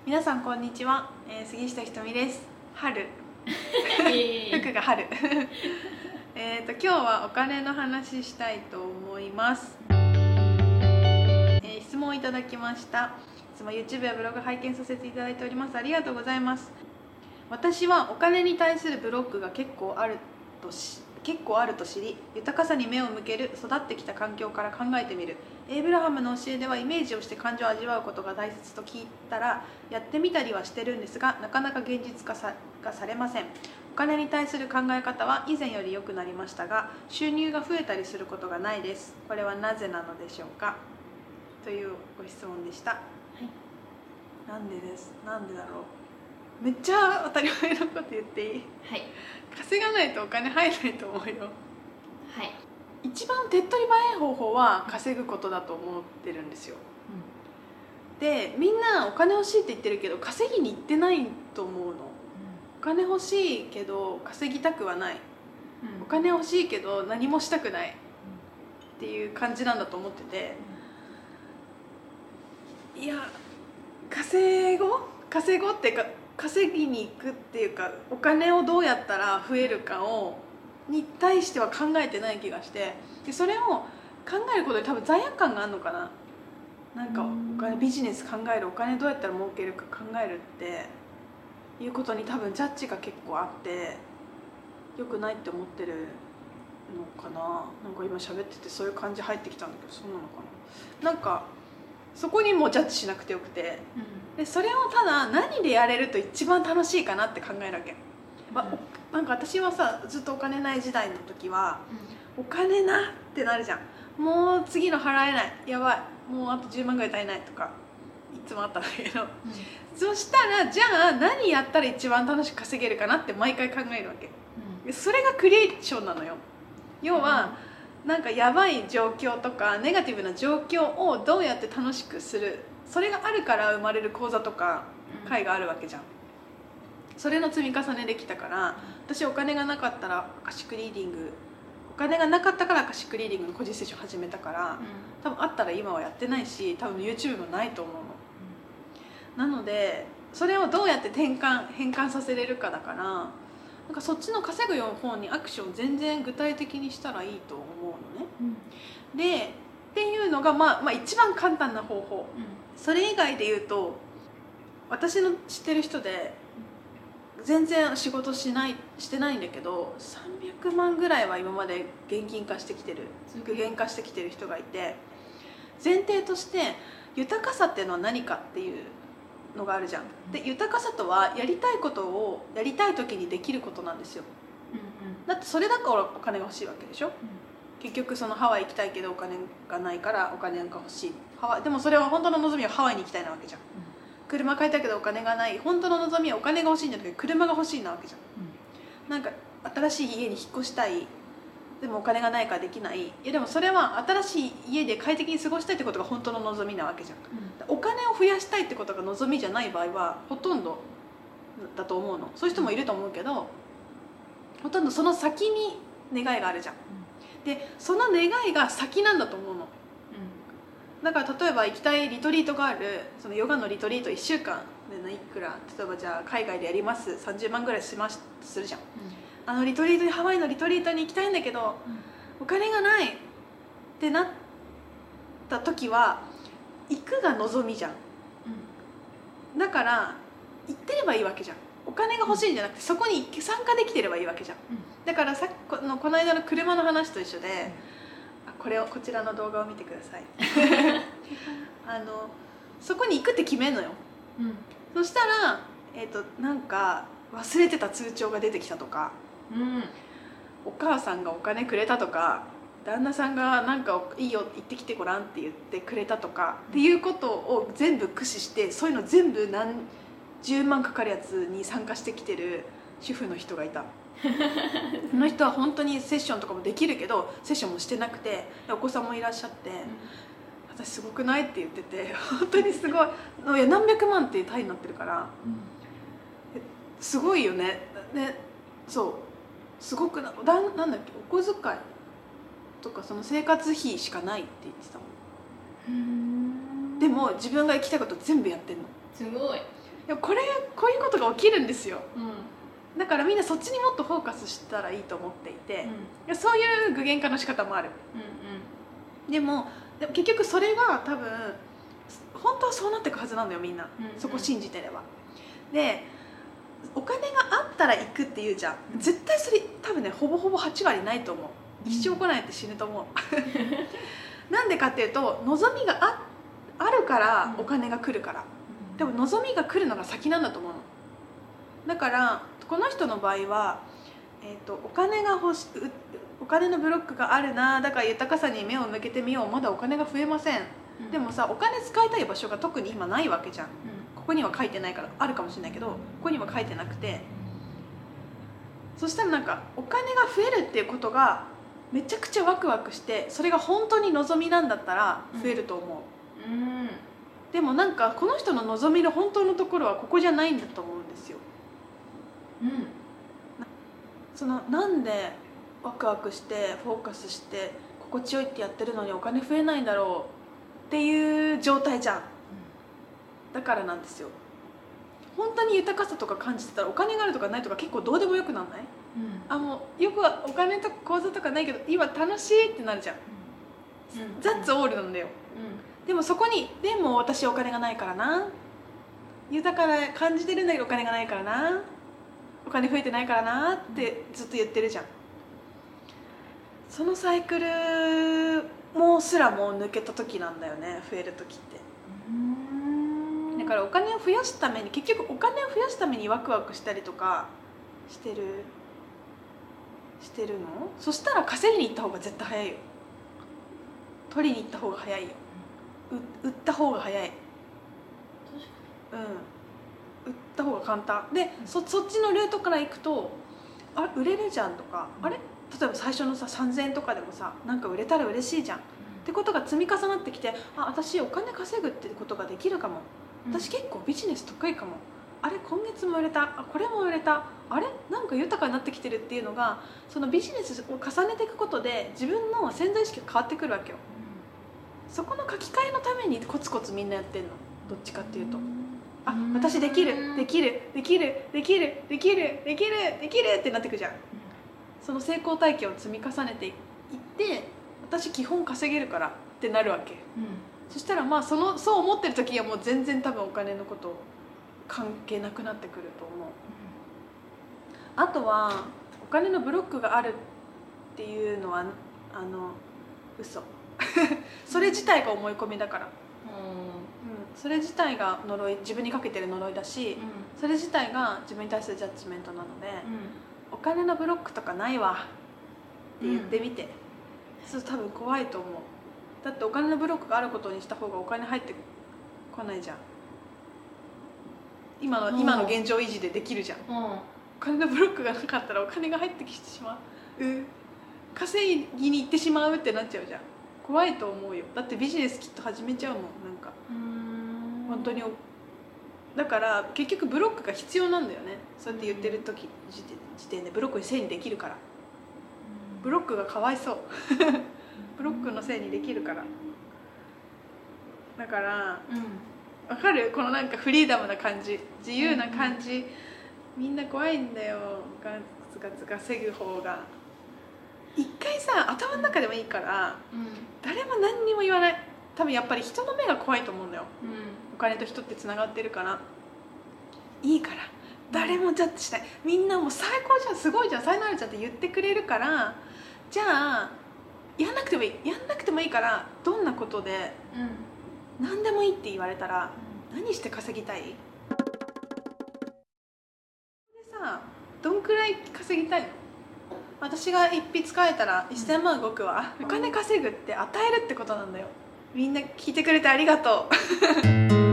皆さんこんにちは、杉下ひとみです。春服が春今日はお金の話したいと思います。質問をいただきました。いつも YouTube やブログ拝見させていただいております。ありがとうございます。私はお金に対するブロックが結構あると知り、豊かさに目を向ける、育ってきた環境から考えてみる。エイブラハムの教えではイメージをして感情を味わうことが大切と聞いたらやってみたりはしてるんですが、なかなか現実化されません。お金に対する考え方は以前より良くなりましたが、収入が増えたりすることがないです。これはなぜなのでしょうか、というご質問でした。はい、なんでだろう。めっちゃ当たり前のこと言っていい？ はい。 稼がないとお金入らないと思うよ。 はい。 一番手っ取り早い方法は稼ぐことだと思ってるんですよ。で、みんなお金欲しいって言ってるけど稼ぎに行ってないと思うの。お金欲しいけど稼ぎたくはない、お金欲しいけど何もしたくないっていう感じなんだと思ってて、いや、稼ごうっていうか、稼ぎに行くっていうか、お金をどうやったら増えるかに対しては考えてない気がして、でそれを考えることで多分罪悪感があるのかな。なんかお金、ビジネス考える、お金どうやったら儲けるか考えるっていうことに多分ジャッジが結構あって良くないって思ってるのかな。なんか今喋っててそういう感じ入ってきたんだけど、そうなのかな。なんかそこにもジャッジしなくてよくて、でそれをただ何でやれると一番楽しいかなって考えるわけ。なんか私はさ、ずっとお金ない時代の時は、お金なってなるじゃん。もう次の払えない、やばい、もうあと10万ぐらい足りないとかいつもあったんだけど、そしたらじゃあ何やったら一番楽しく稼げるかなって毎回考えるわけ。それがクリエーションなのよ。要は、なんかやばい状況とかネガティブな状況をどうやって楽しくする、それがあるから生まれる講座とか会があるわけじゃん。それの積み重ねできたから、私お金がなかったらアカシックリーディング、お金がなかったからアカシックリーディングの個人セッション始めたから、多分あったら今はやってないし、多分 YouTube もないと思うの。なのでそれをどうやって変換させれるかだから、なんかそっちの稼ぐ方にアクション全然具体的にしたらいいと思うのね。でっていうのがまあ一番簡単な方法。それ以外で言うと、私の知ってる人で全然仕事してないんだけど300万ぐらいは今まで現金化してきてる、具現化してきてる人がいて、前提として豊かさっていうのは何かっていうのがあるじゃん。で、豊かさとはやりたいことをやりたい時にできることなんですよ。だってそれだからお金が欲しいわけでしょ。結局そのハワイ行きたいけどお金がないからお金が欲しい。でもそれは本当の望みはハワイに行きたいなわけじゃん。車買いたいけどお金がない、本当の望みはお金が欲しいんじゃなくて車が欲しいなわけじゃん。なんか新しい家に引っ越したい、でもお金がないからできない。いやでもそれは新しい家で快適に過ごしたいってことが本当の望みなわけじゃん。お金を増やしたいってことが望みじゃない場合はほとんどだと思うの。そういう人もいると思うけど、ほとんどその先に願いがあるじゃん。でその願いが先なんだと思うの。だから例えば行きたいリトリートがある、そのヨガのリトリート1週間でいくら、例えばじゃあ海外でやります、30万ぐらいするじゃん。あのリトリートに、ハワイのリトリートに行きたいんだけど、お金がないってなった時は行くが望みじゃん。だから行ってればいいわけじゃん。お金が欲しいんじゃなくてそこに参加できてればいいわけじゃん。だからさっきこの間の車の話と一緒で、こちらの動画を見てくださいそこに行くって決めんのよ。そしたら、なんか忘れてた通帳が出てきたとか、お母さんがお金くれたとか、旦那さんがなんかいいよ行ってきてごらんって言ってくれたとかっていうことを全部駆使して、そういうの全部何十万かかるやつに参加してきてる主婦の人がいた。その人は本当にセッションとかもできるけどセッションもしてなくて、お子さんもいらっしゃって、私すごくないって言ってて、本当にすごい。いや何百万っていう単位になってるから、すごいよね。でそうすごくなんだっけ、お小遣いとかその生活費しかないって言ってたもん。でも自分が行きたいこと全部やってんの。 すごい。 でもこういうことが起きるんですよ。だからみんなそっちにもっとフォーカスしたらいいと思っていて、そういう具現化の仕方もある。でも結局それが多分本当はそうなっていくはずなんだよ、みんな、そこ信じてれば。でお金があったら行くって言うじゃん、絶対それ多分ねほぼほぼ8割ないと思う。一生来ないって死ぬと思うなんでかっていうと望みがあるからお金が来るから、でも望みが来るのが先なんだと思うの。だからこの人の場合は、お金のブロックがあるな、だから豊かさに目を向けてみよう、まだお金が増えません、でもさお金使いたい場所が特に今ないわけじゃん、ここには書いてないから、あるかもしれないけどここには書いてなくて、そしたらなんかお金が増えるっていうことがめちゃくちゃワクワクして、それが本当に望みなんだったら増えると思う、でもなんかこの人の望みの本当のところはここじゃないんだと思うんですよ。なんでワクワクしてフォーカスして心地よいってやってるのにお金増えないんだろうっていう状態じゃん、だからなんですよ。本当に豊かさとか感じてたらお金があるとかないとか結構どうでもよくなんない？もうよくはお金とか口座とかないけど今楽しいってなるじゃん、ザッツオールなんだよ、でもそこにでも私お金がないからな、豊かな感じてるんだけどお金がないからな、お金増えてないからなってずっと言ってるじゃん。そのサイクルもすらも抜けた時なんだよね、増える時って。だからお金を増やすために、結局お金を増やすためにワクワクしたりとかしてるの？そしたら稼ぎに行った方が絶対早いよ、取りに行った方が早いよ、売った方が早い、売った方が簡単で、そっちのルートから行くと売れるじゃんとか、例えば最初のさ3000円とかでもさなんか売れたら嬉しいじゃんってことが積み重なってきて、私お金稼ぐってことができるかも、私結構ビジネス得意かも、今月も売れた、これも売れた、なんか豊かになってきてるっていうのが、そのビジネスを重ねていくことで自分の潜在意識が変わってくるわけよ、そこの書き換えのためにコツコツみんなやってんの、どっちかっていうと。私できるってなってくじゃん。その成功体験を積み重ねていって私基本稼げるからってなるわけ、そしたらそう思ってる時はもう全然多分お金のこと関係なくなってくると思う、あとはお金のブロックがあるっていうのは嘘それ自体が思い込みだから、それ自体が呪い、自分にかけてる呪いだし、それ自体が自分に対するジャッジメントなので、お金のブロックとかないわって言ってみて、それ多分怖いと思う。だってお金のブロックがあることにした方がお金入ってこないじゃん、今の現状維持でできるじゃん、お金のブロックがなかったらお金が入ってきてしまう、稼ぎに行ってしまうってなっちゃうじゃん、怖いと思うよ。だってビジネスきっと始めちゃうもん、なんか本当に。だから結局ブロックが必要なんだよね、そうやって言ってる時時点でブロックにせいにできるから、ブロックがかわいそうブロックのせいにできるから。だから、わかる？このなんかフリーダムな感じ、自由な感じ、みんな怖いんだよ、ガツガツ稼ぐ方が。一回さ頭の中でもいいから、誰も何にも言わない。多分やっぱり人の目が怖いと思うんだよ、お金と人ってつながってるから。いいから誰もジャッジしない、みんなもう最高じゃん、すごいじゃん、才能あるじゃんって言ってくれるから、じゃあやんなくてもいいから、どんなことで、何でもいいって言われたら、何して稼ぎたい？でさ、どんくらい稼ぎたいの？私が一筆書いたら1000万動くわ、お金稼ぐって与えるってことなんだよ。みんな聞いてくれてありがとう